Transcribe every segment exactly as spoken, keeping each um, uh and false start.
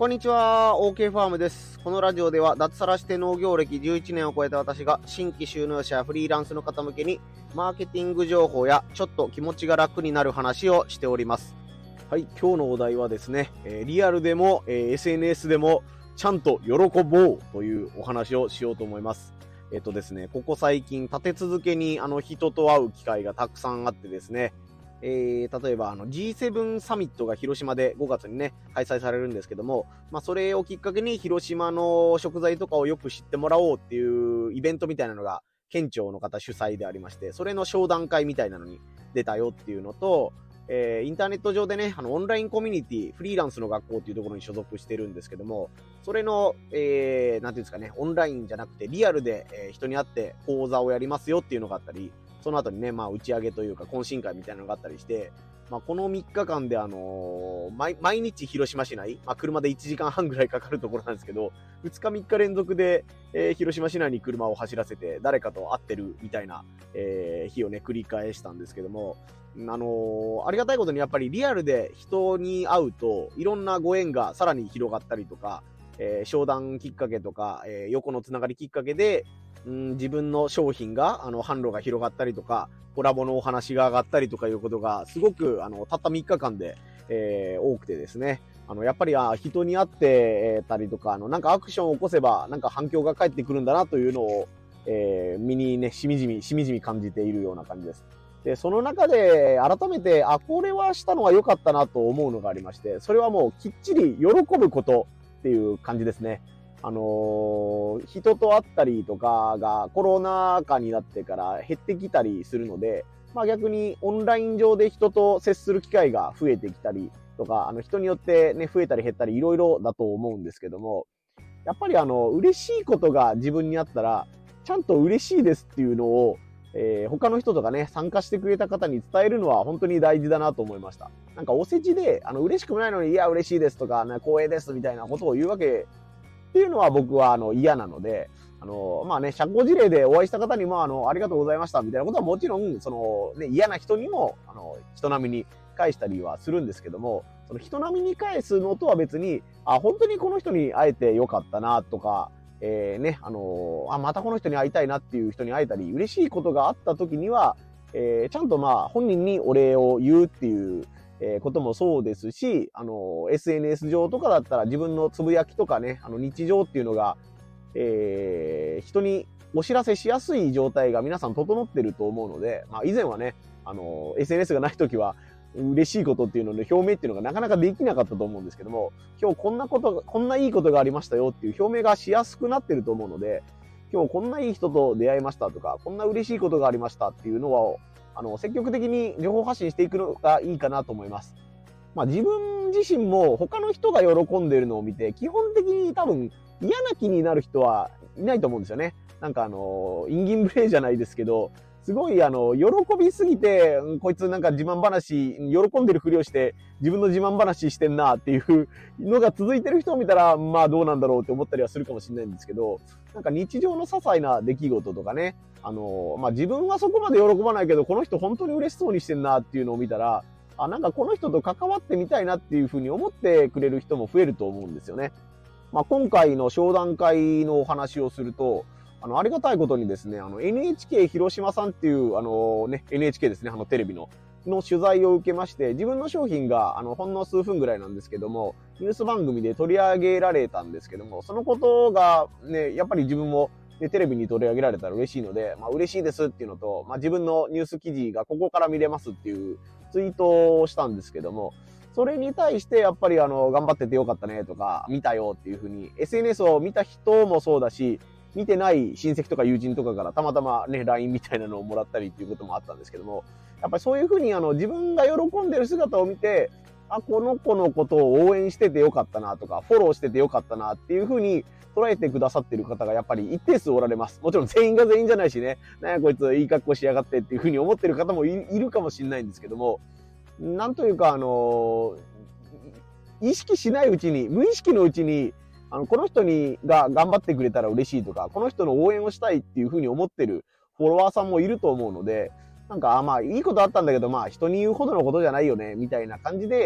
こんにちは、オーケー ファームです。このラジオでは脱サラして農業歴じゅういちねんを超えた私が新規収納者やフリーランスの方向けにマーケティング情報やちょっと気持ちが楽になる話をしております。はい、今日のお題はですね、えー、リアルでも、えー、エスエヌエス でもちゃんと喜ぼうというお話をしようと思います。えっとですね、ここ最近立て続けにあの人と会う機会がたくさんあってですね、えー、例えばあの ジーセブン サミットが広島でごがつにね、開催されるんですけども、まあそれをきっかけに広島の食材とかをよく知ってもらおうっていうイベントみたいなのが県庁の方主催でありまして、それの商談会みたいなのに出たよっていうのと、えー、インターネット上でね、あのオンラインコミュニティ、フリーランスの学校っていうところに所属してるんですけども、それの、えー、なんていうんですかね、オンラインじゃなくてリアルで、えー、人に会って講座をやりますよっていうのがあったり、その後にね、まあ、打ち上げというか、懇親会みたいなのがあったりして、まあ、このみっかかんで、あのー、毎、毎日広島市内、まあ、車でいちじかんはんぐらいかかるところなんですけど、ふつかみっか連続で、えー、広島市内に車を走らせて、誰かと会ってるみたいな、えー、日をね、繰り返したんですけども、あのー、ありがたいことにやっぱりリアルで人に会うと、いろんなご縁がさらに広がったりとか、えー、商談きっかけとか、えー、横のつながりきっかけで、うん、自分の商品が、あの、販路が広がったりとか、コラボのお話が上がったりとかいうことが、すごく、あの、たったみっかかんで、えー、多くてですね。あの、やっぱり、あ、人に会ってたりとか、あの、なんかアクションを起こせば、なんか反響が返ってくるんだなというのを、えー、身にね、しみじみ、しみじみ感じているような感じです。で、その中で、改めて、あ、これはしたのは良かったなと思うのがありまして、それはもう、きっちり喜ぶことっていう感じですね。あのー、人と会ったりとかがコロナ禍になってから減ってきたりするので、まあ逆にオンライン上で人と接する機会が増えてきたりとか、あの人によってね、増えたり減ったりいろいろだと思うんですけども、やっぱりあの、嬉しいことが自分にあったら、ちゃんと嬉しいですっていうのを、えー、他の人とかね、参加してくれた方に伝えるのは本当に大事だなと思いました。なんかお世辞で、あの、嬉しくもないのに、いや、嬉しいですとか、ね、光栄ですみたいなことを言うわけっていうのは僕はあの嫌なので、あの、まあね、社交辞令でお会いした方にも、あの、ありがとうございましたみたいなことはもちろん、その、ね、嫌な人にも、あの、人並みに返したりはするんですけども、その人並みに返すのとは別に、あ、本当にこの人に会えてよかったなとか、えー、ね、あの、あ、またこの人に会いたいなっていう人に会えたり、嬉しいことがあった時には、えー、ちゃんとまあ、本人にお礼を言うっていう、えー、こともそうですし、あの、エスエヌエス 上とかだったら自分のつぶやきとかね、あの日常っていうのが、えー、人にお知らせしやすい状態が皆さん整ってると思うので、まあ以前はね、あの、エスエヌエス がないときは、嬉しいことっていうので表明っていうのがなかなかできなかったと思うんですけども、今日こんなこと、こんないいことがありましたよっていう表明がしやすくなってると思うので、今日こんないい人と出会いましたとか、こんな嬉しいことがありましたっていうのは、あの、積極的に情報発信していくのがいいかなと思います。まあ自分自身も他の人が喜んでるのを見て、基本的に多分嫌な気になる人はいないと思うんですよね。なんかあの、インギンブレイじゃないですけど、すごいあの、喜びすぎて、こいつなんか自慢話、喜んでるふりをして自分の自慢話してんなっていうのが続いてる人を見たら、まあどうなんだろうって思ったりはするかもしれないんですけど、なんか日常の些細な出来事とかね、あの、まあ自分はそこまで喜ばないけど、この人本当に嬉しそうにしてんなっていうのを見たら、あ、なんかこの人と関わってみたいなっていうふうに思ってくれる人も増えると思うんですよね。まあ今回の商談会のお話をすると、あの、ありがたいことにですね、あの、エヌエイチケー 広島さんっていう、あのね、エヌエイチケー ですね、あの、テレビの、の取材を受けまして、自分の商品が、あの、ほんの数分ぐらいなんですけども、ニュース番組で取り上げられたんですけども、そのことが、ね、やっぱり自分も、ね、テレビに取り上げられたら嬉しいので、まあ、嬉しいですっていうのと、まあ、自分のニュース記事がここから見れますっていうツイートをしたんですけども、それに対して、やっぱりあの、頑張っててよかったねとか、見たよっていうふうに、エスエヌエス を見た人もそうだし、見てない親戚とか友人とかからたまたまね、ライン みたいなのをもらったりっていうこともあったんですけども、やっぱりそういうふうにあの、自分が喜んでる姿を見て、あ、この子のことを応援しててよかったなとか、フォローしててよかったなっていうふうに捉えてくださってる方がやっぱり一定数おられます。もちろん全員が全員じゃないしね、なんやこいついい格好しやがってっていうふうに思ってる方も い, いるかもしれないんですけども、なんというかあの、意識しないうちに、無意識のうちに、あの、この人にが頑張ってくれたら嬉しいとか、この人の応援をしたいっていうふうに思ってるフォロワーさんもいると思うので、なんか、まあ、いいことあったんだけど、まあ、人に言うほどのことじゃないよね、みたいな感じで、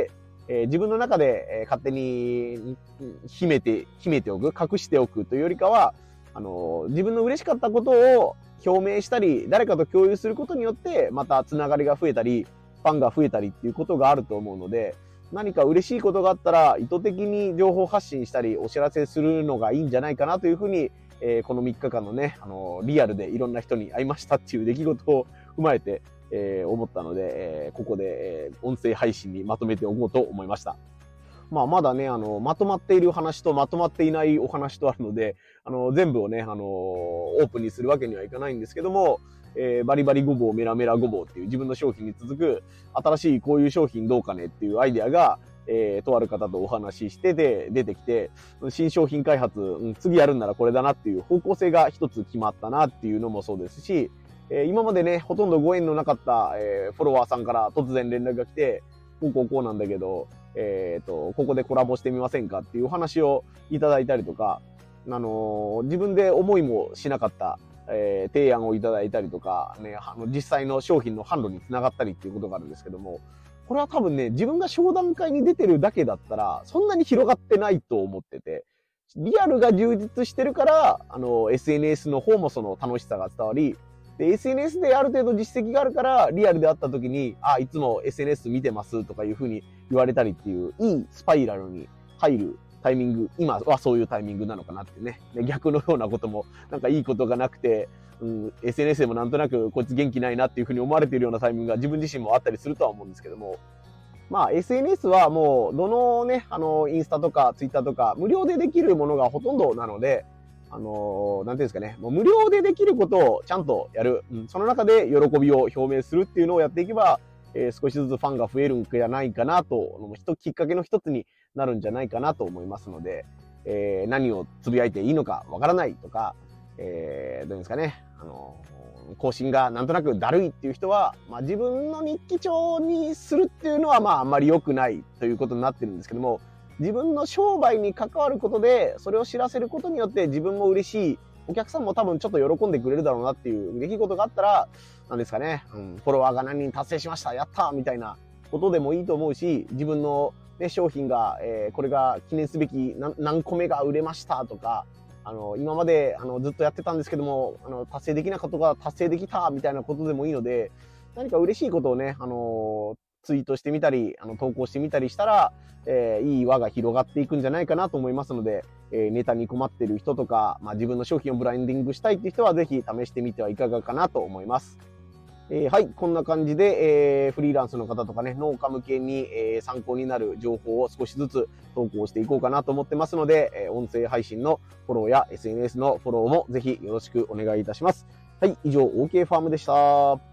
えー、自分の中で、えー、勝手に秘めて、秘めておく、隠しておくというよりかは、あのー、自分の嬉しかったことを表明したり、誰かと共有することによって、またつながりが増えたり、ファンが増えたりっていうことがあると思うので、何か嬉しいことがあったら、意図的に情報発信したり、お知らせするのがいいんじゃないかなというふうに、えー、このみっかかんのね、あのー、リアルでいろんな人に会いましたっていう出来事を踏まえて、えー、思ったので、えー、ここで、えー、音声配信にまとめておこうと思いました。まあ、まだね、あの、まとまっている話とまとまっていないお話とあるので、あの、全部をね、あの、オープンにするわけにはいかないんですけども、えー、バリバリごぼう、メラメラごぼうっていう自分の商品に続く、新しいこういう商品どうかねっていうアイデアが、えー、とある方とお話ししてて、出てきて、新商品開発、うん、次やるんならこれだなっていう方向性が一つ決まったなっていうのもそうですし、えー、今までね、ほとんどご縁のなかった、えー、フォロワーさんから突然連絡が来て、こうこうこうなんだけど、えっと、ここでコラボしてみませんかっていうお話をいただいたりとか、あのー、自分で思いもしなかった、えー、提案をいただいたりとか、ね、あの実際の商品の販路につながったりっていうことがあるんですけども、これは多分ね、自分が商談会に出てるだけだったら、そんなに広がってないと思ってて、リアルが充実してるから、あの、エスエヌエス の方もその楽しさが伝わり、で、エスエヌエス である程度実績があるから、リアルで会った時に、あ、いつも エスエヌエス 見てますとかいう風に言われたりっていう、いいスパイラルに入るタイミング、今はそういうタイミングなのかなってね。で、逆のようなことも、なんかいいことがなくて、うん、エスエヌエス でもなんとなくこいつ元気ないなっていう風に思われているようなタイミングが自分自身もあったりするとは思うんですけども、まあ エスエヌエス はもうどのね、あの、インスタとかツイッターとか無料でできるものがほとんどなので、あのー、なんていうんですかね、もう無料でできることをちゃんとやる。うん、その中で喜びを表明するっていうのをやっていけば、えー、少しずつファンが増えるんじゃないかなと、きっかけの一つになるんじゃないかなと思いますので、えー、何をつぶやいていいのかわからないとか、えー、どういうんですかね、あのー、更新がなんとなくだるいっていう人は、まあ、自分の日記帳にするっていうのはまああんまり良くないということになってるんですけども、自分の商売に関わることで、それを知らせることによって自分も嬉しい、お客さんも多分ちょっと喜んでくれるだろうなっていう出来事があったら、なんですかね、うん、フォロワーが何人達成しました、やったみたいなことでもいいと思うし、自分の、ね、商品が、えー、これが記念すべき 何, 何個目が売れましたとか、あの、今まであのずっとやってたんですけども、あの達成できなかったことが達成できたみたいなことでもいいので、何か嬉しいことをね、あのー、ツイートしてみたり、あの投稿してみたりしたら、えー、いい輪が広がっていくんじゃないかなと思いますので、えー、ネタに困っている人とか、まあ、自分の商品をブランディングしたいっていう人はぜひ試してみてはいかがかなと思います。えー、はい、こんな感じで、えー、フリーランスの方とかね、農家向けに、えー、参考になる情報を少しずつ投稿していこうかなと思ってますので、えー、音声配信のフォローや エスエヌエス のフォローもぜひよろしくお願いいたします。はい、以上、OK ファームでした。